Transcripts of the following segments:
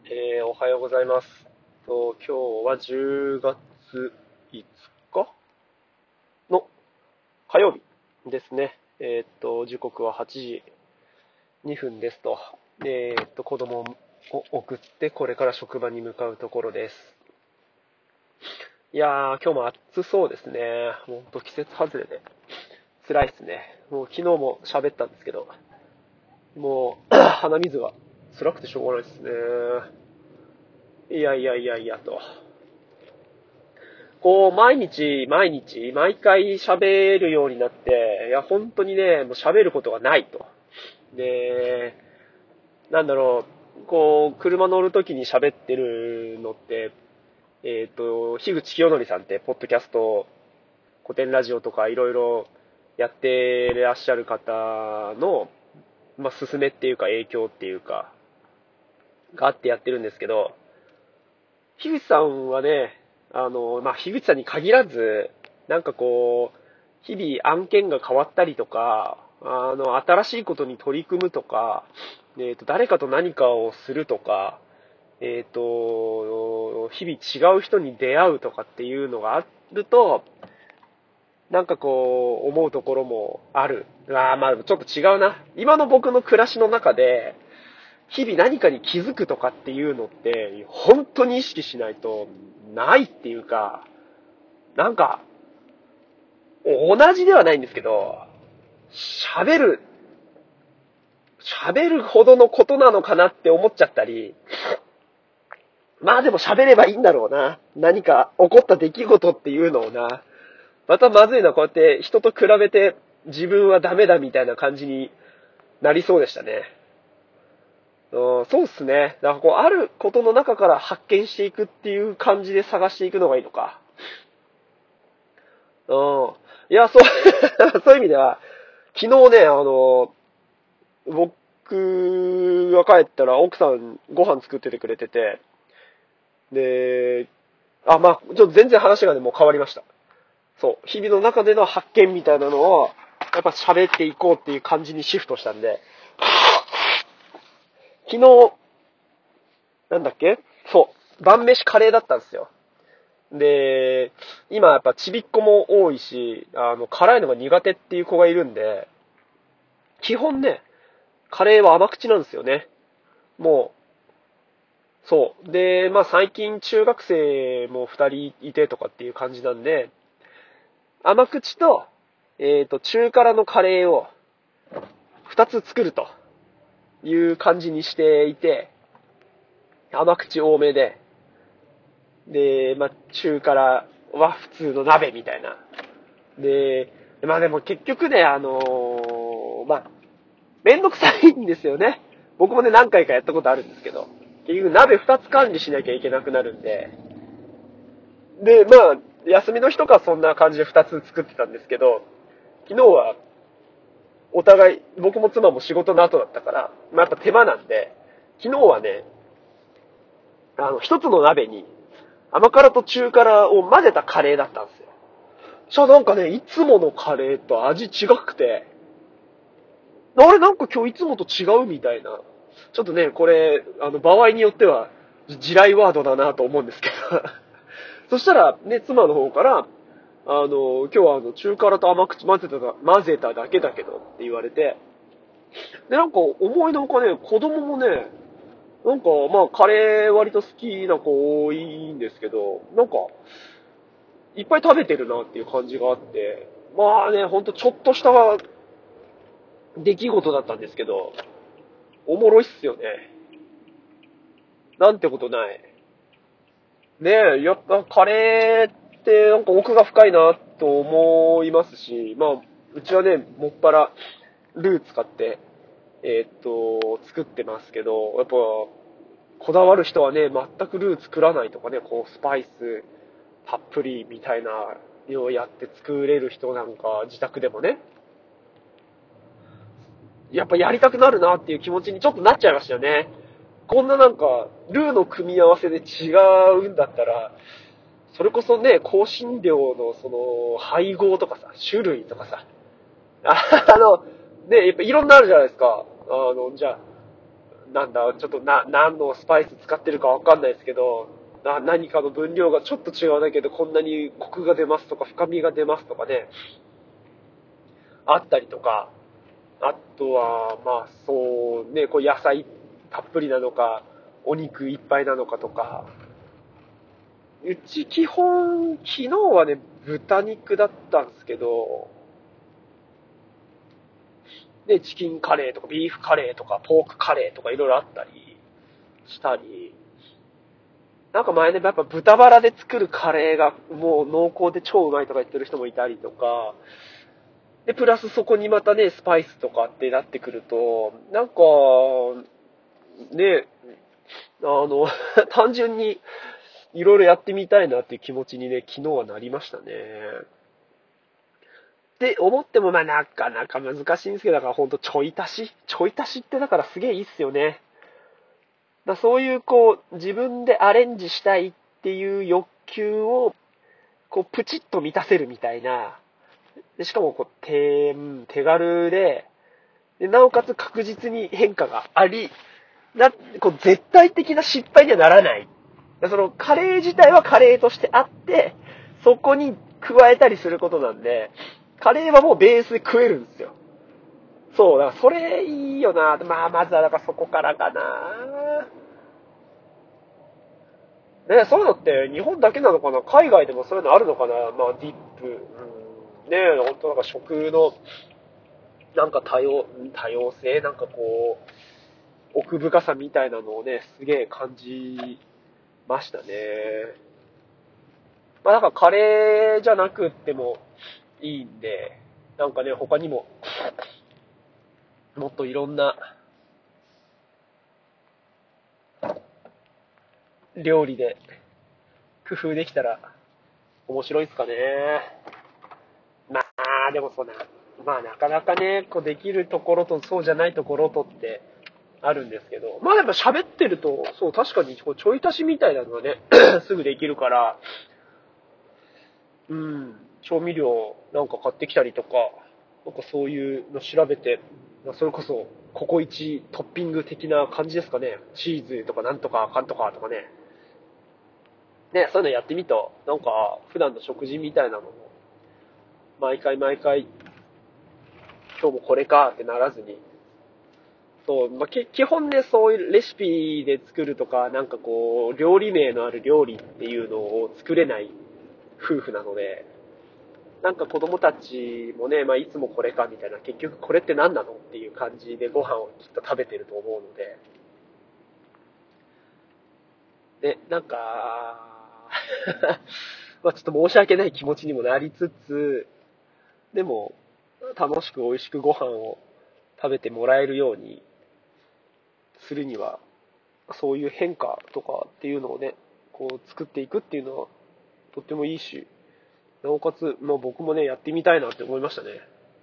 おはようございます。今日は10月5日の火曜日ですね。時刻は8時2分ですと。子供を送ってこれから職場に向かうところです。いやー、今日も暑そうですね。ほんと季節外れで辛いですね。もう昨日も喋ったんですけど、もう鼻水が辛くてしょうがないですね。いやいやいやいやと。毎日、毎日、毎回喋るようになって、いや、本当にね、もう喋ることがないと。で、なんだろう、車乗るときに喋ってるのって、樋口清則さんって、ポッドキャスト、古典ラジオとかいろいろやってらっしゃる方の、まあ、勧めっていうか影響っていうか、があってやってるんですけど、樋口さんはね、まあ、樋口さんに限らず、なんか日々案件が変わったりとか、新しいことに取り組むとか、誰かと何かをするとか、日々違う人に出会うとかっていうのがあると、なんか思うところもある。まあ、ちょっと違うな。今の僕の暮らしの中で、日々何かに気づくとかっていうのって、本当に意識しないとないっていうか、なんか、同じではないんですけど、喋る、喋るほどのことなのかなって思っちゃったり、まあでも喋ればいいんだろうな。何か起こった出来事っていうのをな。またまずいな、こうやって人と比べて自分はダメだみたいな感じになりそうでしたね。そうっすね。だからあることの中から発見していくっていう感じで探していくのがいいのか。うん。いや、そう、そういう意味では、昨日ね、僕が帰ったら奥さんご飯作っててくれてて、で、まあ、ちょっと全然話がね、もう変わりました。そう。日々の中での発見みたいなのを、やっぱ喋っていこうっていう感じにシフトしたんで、昨日、なんだっけそう。晩飯カレーだったんですよ。で、今やっぱちびっ子も多いし、辛いのが苦手っていう子がいるんで、基本ね、カレーは甘口なんですよね。もう、そう。で、まあ最近中学生も二人いてとかっていう感じなんで、甘口と、中辛のカレーを二つ作るという感じにしていて、甘口多めで、で、まあ中辛は普通の鍋みたいな。で、まあでも結局ね、まあ、めんどくさいんですよね。僕もね、何回かやったことあるんですけど、結局鍋二つ管理しなきゃいけなくなるんで、で、まあ、休みの日とかそんな感じで二つ作ってたんですけど、昨日はお互い、僕も妻も仕事の後だったから、まあやっぱ手間なんで、昨日はね、一つの鍋に甘辛と中辛を混ぜたカレーだったんですよ。なんかね、いつものカレーと味違くて、あれなんか今日いつもと違うみたいな。ちょっとね、これ、場合によっては、地雷ワードだなと思うんですけど。そしたら、ね、妻の方から、今日は中辛と甘口混ぜただけだけどって言われて、で、なんか思いのほかね、子供もね、なんかまあカレー割と好きな子多いんですけど、なんか、いっぱい食べてるなっていう感じがあって、まあね、ほんとちょっとした出来事だったんですけど、おもろいっすよね。なんてことない。ねえ、やっぱカレーってなんか奥が深いなと思いますし、まあ、うちはね、もっぱらルー使って、作ってますけど、やっぱ、こだわる人はね、全くルー作らないとかね、スパイスたっぷりみたいなのをやって作れる人なんか、自宅でもね、やっぱやりたくなるなっていう気持ちにちょっとなっちゃいましたよね。こんななんか、ルーの組み合わせで違うんだったら、それこそね、香辛料のその配合とかさ、種類とかさ、ね、やっぱいろんなあるじゃないですか。じゃあ、 なんだ、ちょっと何のスパイス使ってるかわかんないですけど、何かの分量がちょっと違うだけでこんなにコクが出ますとか深みが出ますとかね、あったりとか、あとは、まあそうね、こう野菜たっぷりなのか、お肉いっぱいなのかとか、うち基本、昨日はね、豚肉だったんですけど、で、チキンカレーとかビーフカレーとかポークカレーとかいろいろあったりしたり、なんか前ね、やっぱ豚バラで作るカレーがもう濃厚で超うまいとか言ってる人もいたりとか、で、プラスそこにまたね、スパイスとかってなってくると、なんか、ね、単純にいろいろやってみたいなっていう気持ちにね、昨日はなりましたね。って思っても、まあなかなか難しいんですけど、だからほんとちょい足しってだからすげえいいっすよね。そういうこう、自分でアレンジしたいっていう欲求を、こう、プチッと満たせるみたいな。でしかもこう、手軽で、なおかつ確実に変化があり、こう絶対的な失敗にはならない。そのカレー自体はカレーとしてあって、そこに加えたりすることなんで、カレーはもうベースで食えるんですよ。そう、だからそれいいよな。まあ、まずはだからそこからかな。ね、そういうのって日本だけなのかな、海外でもそういうのあるのかな、まあ、ディップ。うん、ね本当なんか食の、なんか多様性、なんかこう、奥深さみたいなのをね、すげえ感じましたね。まあなんかカレーじゃなくってもいいんで、なんかね、他にも、もっといろんな料理で工夫できたら面白いですかね。まあ、でもそうな、まあなかなかね、こうできるところとそうじゃないところとってあるんですけど、まあやっぱ喋ってると、そう確かにこうちょい足しみたいなのがね、すぐできるから、うん、調味料なんか買ってきたりとか、なんかそういうの調べて、それこそココイチトッピング的な感じですかね。チーズとかなんとかかんとかとかね。ね、そういうのやってみると、なんか普段の食事みたいなのも、毎回毎回今日もこれかってならずに、そう、まあ、基本ね、そういうレシピで作るとか、なんかこう、料理名のある料理っていうのを作れない夫婦なので、なんか子供たちもね、まあ、いつもこれかみたいな、結局これって何なのっていう感じでご飯をきっと食べてると思うので、で、なんか、まあちょっと申し訳ない気持ちにもなりつつ、でも、楽しく美味しくご飯を食べてもらえるようにするには、そういう変化とかっていうのをね、こう作っていくっていうのはとってもいいし、なおかつ、まあ僕もね、やってみたいなって思いましたね。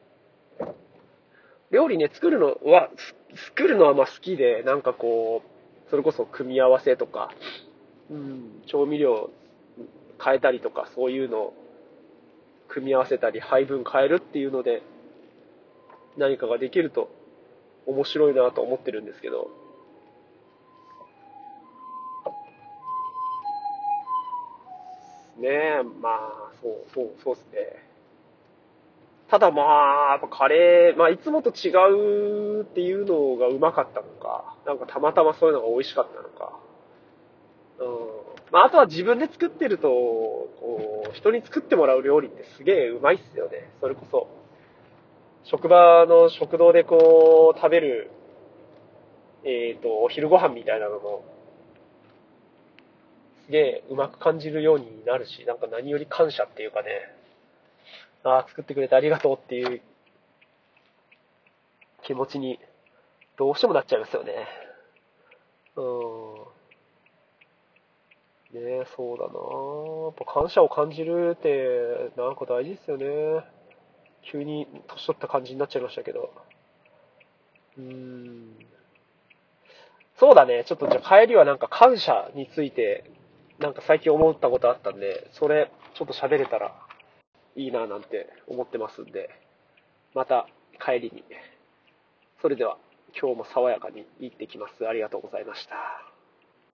料理ね、作るのはまあ好きで、なんかこう、それこそ組み合わせとか、調味料変えたりとか、そういうのを組み合わせたり、配分変えるっていうので、何かができると面白いなと思ってるんですけど、ねえ、まあ、そうですね。ただまあ、やっぱカレー、まあいつもと違うっていうのがうまかったのか、なんかたまたまそういうのが美味しかったのか。うん。まああとは自分で作ってると、こう、人に作ってもらう料理ってすげえうまいっすよね。それこそ、職場の食堂でこう、食べる、お昼ご飯みたいなのも、すげえうまく感じるようになるし、なんか何より感謝っていうかね、ああ、作ってくれてありがとうっていう気持ちにどうしてもなっちゃいますよね。うん。ねえ、そうだな。やっぱ感謝を感じるって、なんか大事ですよね。急に年取った感じになっちゃいましたけど。うーん。そうだね。ちょっとじゃあ帰りはなんか感謝について、なんか最近思ったことあったんで、それちょっと喋れたらいいななんて思ってますんで、また帰りに。それでは。 今日も爽やかに生きてきます。ありがとうございました。